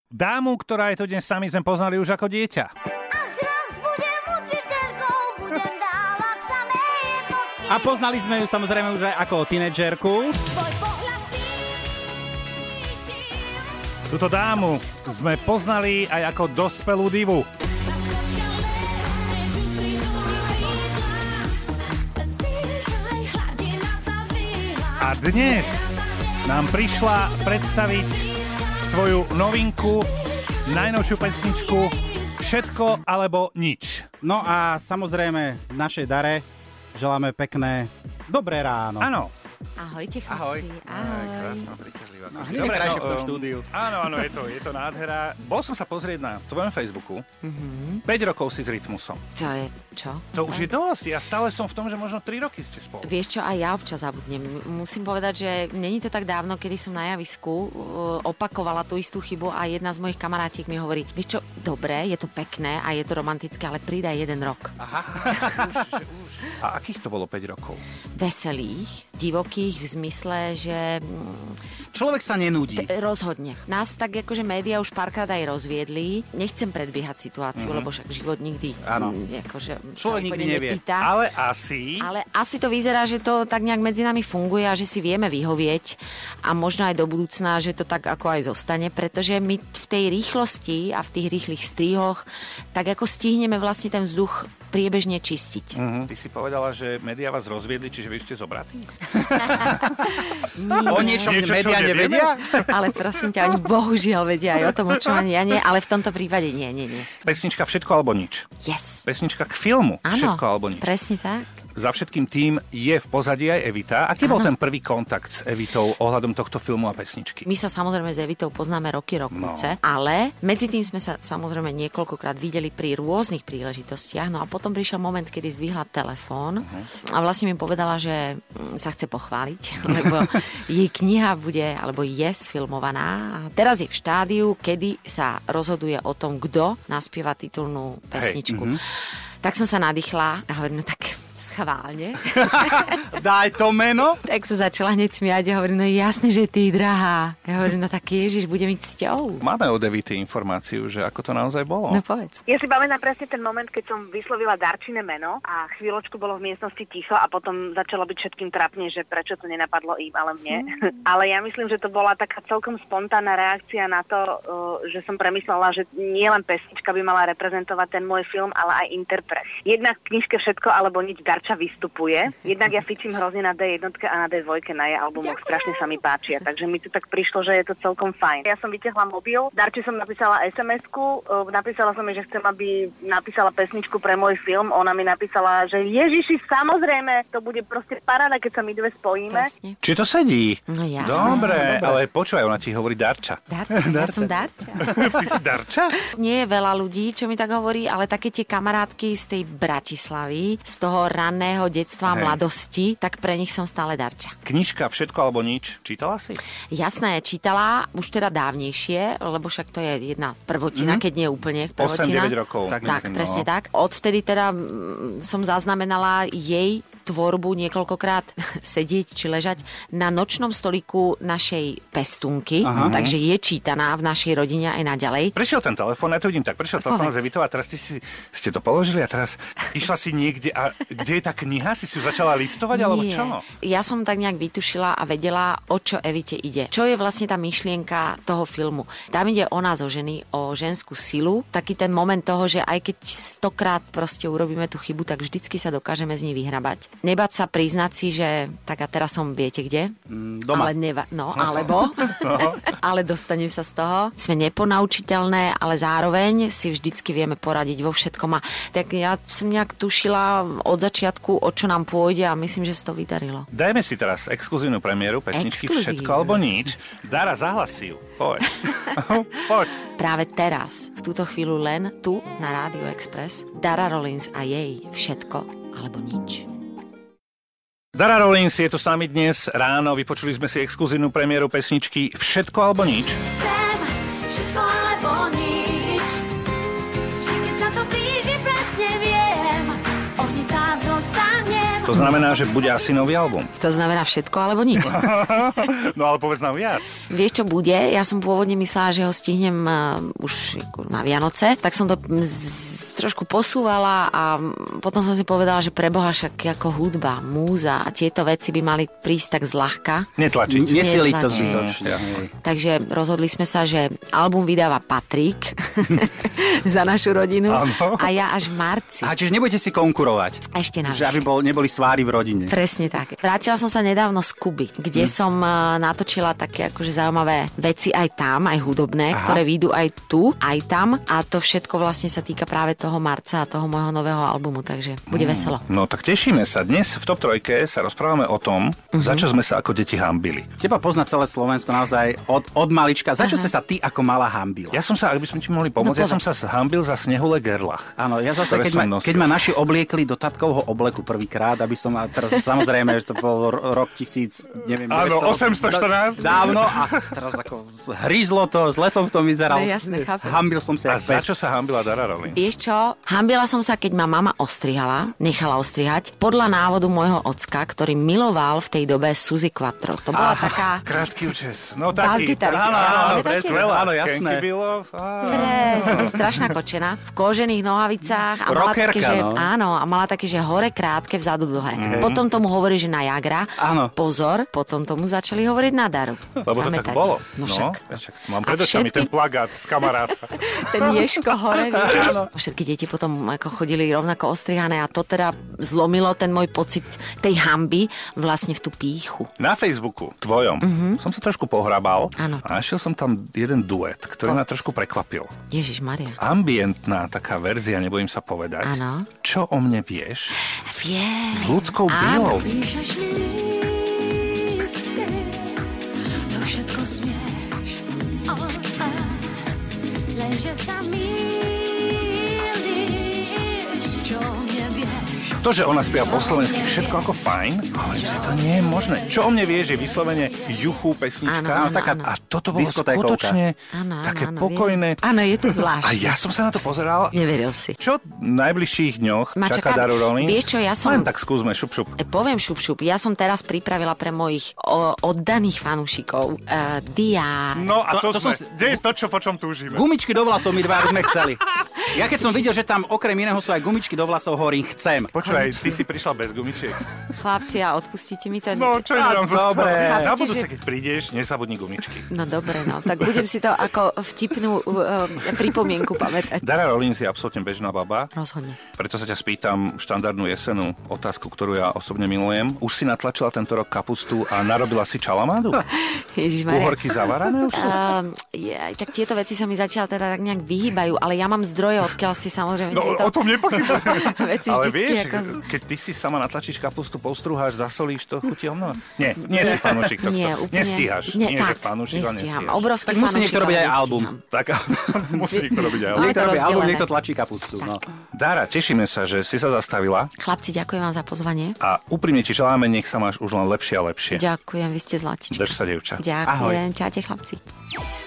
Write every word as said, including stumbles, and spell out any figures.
Dámu, ktorá je tu dnes s nami, sme poznali už ako dieťa. Až raz budem učiteľkou, budem dávať samé jednotky. A poznali sme ju samozrejme už aj ako tínedžerku. Tvoj pohľad cítim. Túto dámu sme poznali aj ako dospelú divu. A dnes nám prišla predstaviť svoju novinku, najnovšiu pesničku Všetko alebo nič. No a samozrejme našej Dare želáme pekné dobré ráno. Áno. Ahojte, chlapci. Ahoj. Ahoj. Krásna, príťažlivá. No, hneď je krajšie v tom štúdiu. Áno, áno, je to, je to nádhera. Bol som sa pozrieť na tvojom Facebooku. Mhm. päť rokov si s Rytmusom. Čo je? Čo? To už je dosť. Ja stále som v tom, že možno tri roky ste spolu. Vieš čo, aj ja občas zabudnem. Musím povedať, že není to tak dávno, kedy som na javisku uh, opakovala tú istú chybu a jedna z mojich kamarátiek mi hovorí, vieš čo, dobre, je to pekné a je to romantické, ale pridaj jeden rok. Aha, už, že už. A akých to bolo päť rokov? Veselých, divokých v zmysle, že... Človek sa nenudí. T- rozhodne. Nás tak akože médiá už párkrát aj rozviedli. Nechcem predbiehať situáciu, mm-hmm. lebo však život nikdy... Áno. Akože, Človek nikdy nevie. Nepýta. Ale asi... Ale asi to vyzerá, že to tak nejak medzi nami funguje a že si vieme vyhovieť a možno aj do budúcna, že to tak ako aj zostane, pretože my v tej rýchlosti a v tých rýchlych strihoch tak ako stihneme vlastne ten vzduch priebežne čistiť. Mm-hmm. Ty si povedala, že médiá vás rozviedli, čiže vy ste zobratí? O niečom Niečo, čo médiá nevieme? nevedia? Ale prosím ťa, oni bohužiaľ vedia aj o tom, o čom ani ja nie, ale v tomto prípade nie, nie, nie. Pesnička Všetko alebo nič. Yes. Pesnička k filmu Áno, Všetko alebo nič. presne tak. Za všetkým tým je v pozadí aj Evita. Aký bol ten prvý kontakt s Evitou ohľadom tohto filmu a pesničky? My sa samozrejme s Evitou poznáme roky, rokúce, No. ale medzi tým sme sa samozrejme niekoľkokrát videli pri rôznych príležitostiach, no a potom prišiel moment, kedy zdvihla telefón uh-huh. a vlastne mi povedala, že sa chce pochváliť, lebo jej kniha bude, alebo je sfilmovaná a teraz je v štádiu, kedy sa rozhoduje o tom, kto naspieva titulnú pesničku. Hej, uh-huh. Tak som sa nadýchla a hovorím, no tak schválne. Daj to meno. Tak sa začala hneď smiať a hovorím, no jasne, že ty, drahá. Ja hovorím, no tak Ježiš, bude mi cťou. Máme od Evity informáciu, že ako to naozaj bolo. No povedz. Ja si pamätám presne ten moment, keď som vyslovila Darčine meno a chvíľočku bolo v miestnosti ticho a potom začalo byť všetkým trapne, že prečo to nenapadlo im, ale mne. Mm. Ale ja myslím, že to bola taká celkom spontánna reakcia na to, že som premyslela, že nie len pesnička by mala reprezentovať ten môj film, ale aj interpret. Jednak v knižke Všetko alebo nič Darča vystupuje. Jednak ja fičím hrozne na dé jedna a na dé dva na jej albumoch. Strašne sa mi páčia. Takže mi to tak prišlo, že je to celkom fajn. Ja som vytiahla mobil, Darči som napísala es em esku, napísala som jej, že chcem, aby napísala pesničku pre môj film. Ona mi napísala, že Ježiši, samozrejme, to bude proste paráda, keď sa my dve spojíme. Presne. Či to sedí? No jasné. Dobre, Dobre, ale počúvaj, ona ti hovorí Darča. Darča, ja som Darča. Ty si Darča? Nie je veľa ľudí, čo mi tak hovorí, ale také tie kamarátky z tej Bratislavy, z toho ranného detstva a Hej. mladosti, tak pre nich som stále Darča. Knižka Všetko alebo nič. Čítala si? Jasné, čítala už teda dávnejšie, lebo však to je jedna prvotina, mm-hmm. keď nie úplne prvotina. osem deväť rokov. Tak, myslím, tak presne no. tak. Odvtedy teda mm, som zaznamenala jej tvorbu niekoľkokrát sedieť či ležať na nočnom stoliku našej pestunky, Aha. takže je čítaná v našej rodine aj naďalej. Prešiel ten telefón, ja to vidím tak, prešiel telefón z Evitou a teraz ty si, ste to položili a teraz išla si niekde a kde je tá kniha? Si si ju začala listovať, alebo Nie. čo? Ja som tak nejak vytušila a vedela, o čo Evite ide. Čo je vlastne tá myšlienka toho filmu. Tam ide o nás, o ženy, o ženskú silu. Taký ten moment toho, že aj keď stokrát proste urobíme tú chybu, tak vždycky sa dokážeme z nej vyhrabať. Nebať sa priznať si, že tak a teraz som viete kde? Mm, doma. Ale neva- no, alebo No. ale dostanem sa z toho. Sme neponaučiteľné, ale zároveň si vždycky vieme poradiť vo všetkom. A tak ja som nejak tušila od začiatku, o čo nám pôjde a myslím, že sa to vydarilo. Dajme si teraz exkluzívnu premiéru pesničky Exkluzív. Všetko alebo nič. Dara, zahlasí ju. Poď. Poď. Práve teraz, v túto chvíľu len tu na Rádio Express, Dara Rollins a jej Všetko alebo nič. Dara Rollins je tu s nami dnes ráno. Vypočuli sme si exkluzívnu premiéru pesničky Všetko alebo nič. Chcem všetko alebo nič. Že keď sa to blíži, presne viem. Ohni sám zostanem. To znamená, že bude asi nový album. To znamená všetko alebo nič. No ale povedz nám viac. Vieš, čo bude? Ja som pôvodne myslela, že ho stihnem uh, už na Vianoce, tak som to z, trošku posúvala a potom som si povedala, že preboha, však ako hudba, múza a tieto veci by mali prísť tak zľahka. Netlačiť. Nesili to Netlačiť. zbytočne. Takže rozhodli sme sa, že album vydáva Patrik za našu rodinu Áno. a ja až v marci. A čiže nebudete si konkurovať. Ešte Že aby navyše. bol, neboli svári v rodine. Presne tak. Vrátila som sa nedávno z Kuby, kde hmm. som uh, natočila také akože zaujímavé veci aj tam, aj hudobné, Aha. ktoré výjdu aj tu, aj tam a to všetko vlastne sa týka práve toho marca a toho môjho nového albumu, takže bude hmm. veselo. No tak tešíme sa. Dnes v Top trojke sa rozprávame o tom, uh-huh. za čo sme sa ako deti hanbili. Teba pozná celé Slovensko naozaj od, od malička. Za čo Aha. ste sa ty ako malá hanbila? Ja som sa, ak by sme ti mohli pomôcť, No, ja som sa hanbil za Snehule Gerlach. Áno, ja zase, ktoré keď som ma, nosil. keď ma naši obliekli do tatkovho obleku prvýkrát, aby som, a teraz samozrejme, že to bol ro- rok tisíc, neviem... Áno, osemsto štrnásť. Dávno a teraz ako hrízlo to, zle som v tom vyzeral. No, jasné, chápem. Hanbil som sa. A za čo sa hanbila Dara Rollins? Vieš čo? Hambila som sa, keď ma mama ostrihala, nechala ostrihať, podľa návodu môjho ocka, ktorý miloval v tej dobe Suzy Quattro. To bola taká... Krátky účes. No Bass taký. gitarista. Áno, áno, Áno, presne. veľa. Áno, jasné. Kenky Bilov. Á. Presne, strašná kočena, v kožených nohavicách a mala Rockerka, také, že, no. áno, a mala také, že hore krátke, vzadu dlhé. Mm. Potom tomu hovorí, že na Jagra. Áno. Pozor, potom tomu začali hovoriť na Daru. Lebo to tak Pamätáte? bolo. No však. však mám A pred očami všetky- ten plagát z kamaráta. Ten Ješko hore, vieš. Všetky deti potom ako chodili rovnako ostrihané a to teda zlomilo ten môj pocit tej hanby vlastne v tú pýchu. Na Facebooku tvojom mm-hmm. som sa trošku pohrabal Áno. a našiel som tam jeden duet, ktorý Povedz. ma trošku pekvapil. Ježiš Maria. Ambientná taká verzia, nebojím sa povedať. Áno. Čo o mne vieš? Vie. S ľudskou Áno. bílou. Píšeš mi listy, to všetko smieš, oh, oh. Lenže sa mýliš, čo mne vieš. To, že ona spieva po slovensky všetko ako fajn, hovorím si, to nie je možné. Čo o mne vieš, je vyslovene juchu pesnička. Áno, áno, taká, áno. A toto bolo Diskotékovka. skutočne Áno, áno, také áno, pokojné. viem. Áno, je to zvláštne. A ja som sa na to pozeral. Neveril si. Čo v najbližších dňoch Ma čaká čaká- Daru Rollins? vieš čo, ja som- Len tak skúsme, šup, šup. E, Poviem šup, šup. Ja som teraz pripravila pre mojich o, oddaných fanúšikov uh, Dia. No a to, To- to sme, som si- kde je to, čo, po čom túžime? Gumičky do vlasov my dva sme chceli. Ja keď som videl, že tam okrem iného sú aj gumičky do vlasov, hovorím, chcem. Počúvaj, ty si prišla bez gumičiek. Chlapci, a odpustíte mi to? No, čo A, nám zostalo? dobre. Na Chápete, budúce, že- keď prídeš, nezabudni gumičky. No dobre, no. Tak budem si to ako vtipnú uh, pripomienku pamätať. Dara Rollins je absolútne bežná baba. Rozhodne. Preto sa ťa spýtam štandardnú jesenú otázku, ktorú ja osobne milujem. Už si natlačila tento rok kapustu a narobila si čalamádu? Ježišmaria. Uhorky zavarané už sú? Um, je, tak tieto veci sa mi zatiaľ teda tak nejak vyhýbajú, ale ja mám zdroje, odkiaľ si samozrejme No, tieto o tom nepochybujem. veci Ale vždycky vieš, ako... keď ty si sama natlačíš kapustu, postrúháš, zasolíš, to chutí o mnoho. Nie, nie si fanúšik tohto. Nie, úplne. Nestíhaš. Nie, tak, že fanúšik, ale nestíham. nestíhaš. Obrovský Tak musí fanúšik, niekto robiť ale aj album. nestíham. Tak musí niekto robiť aj. Máme Niekto to robí album, rozdelené. niekto tlačí kapustu. No. Dara, tešíme sa, že si sa zastavila Chlapci, ďakujem vám za pozvanie. a úprimne ti želáme, nech sa máš už len lepšie a lepšie. Ďakujem, vy ste zlatička. Drž sa, dievča. Ďakujem, čaute chlapci.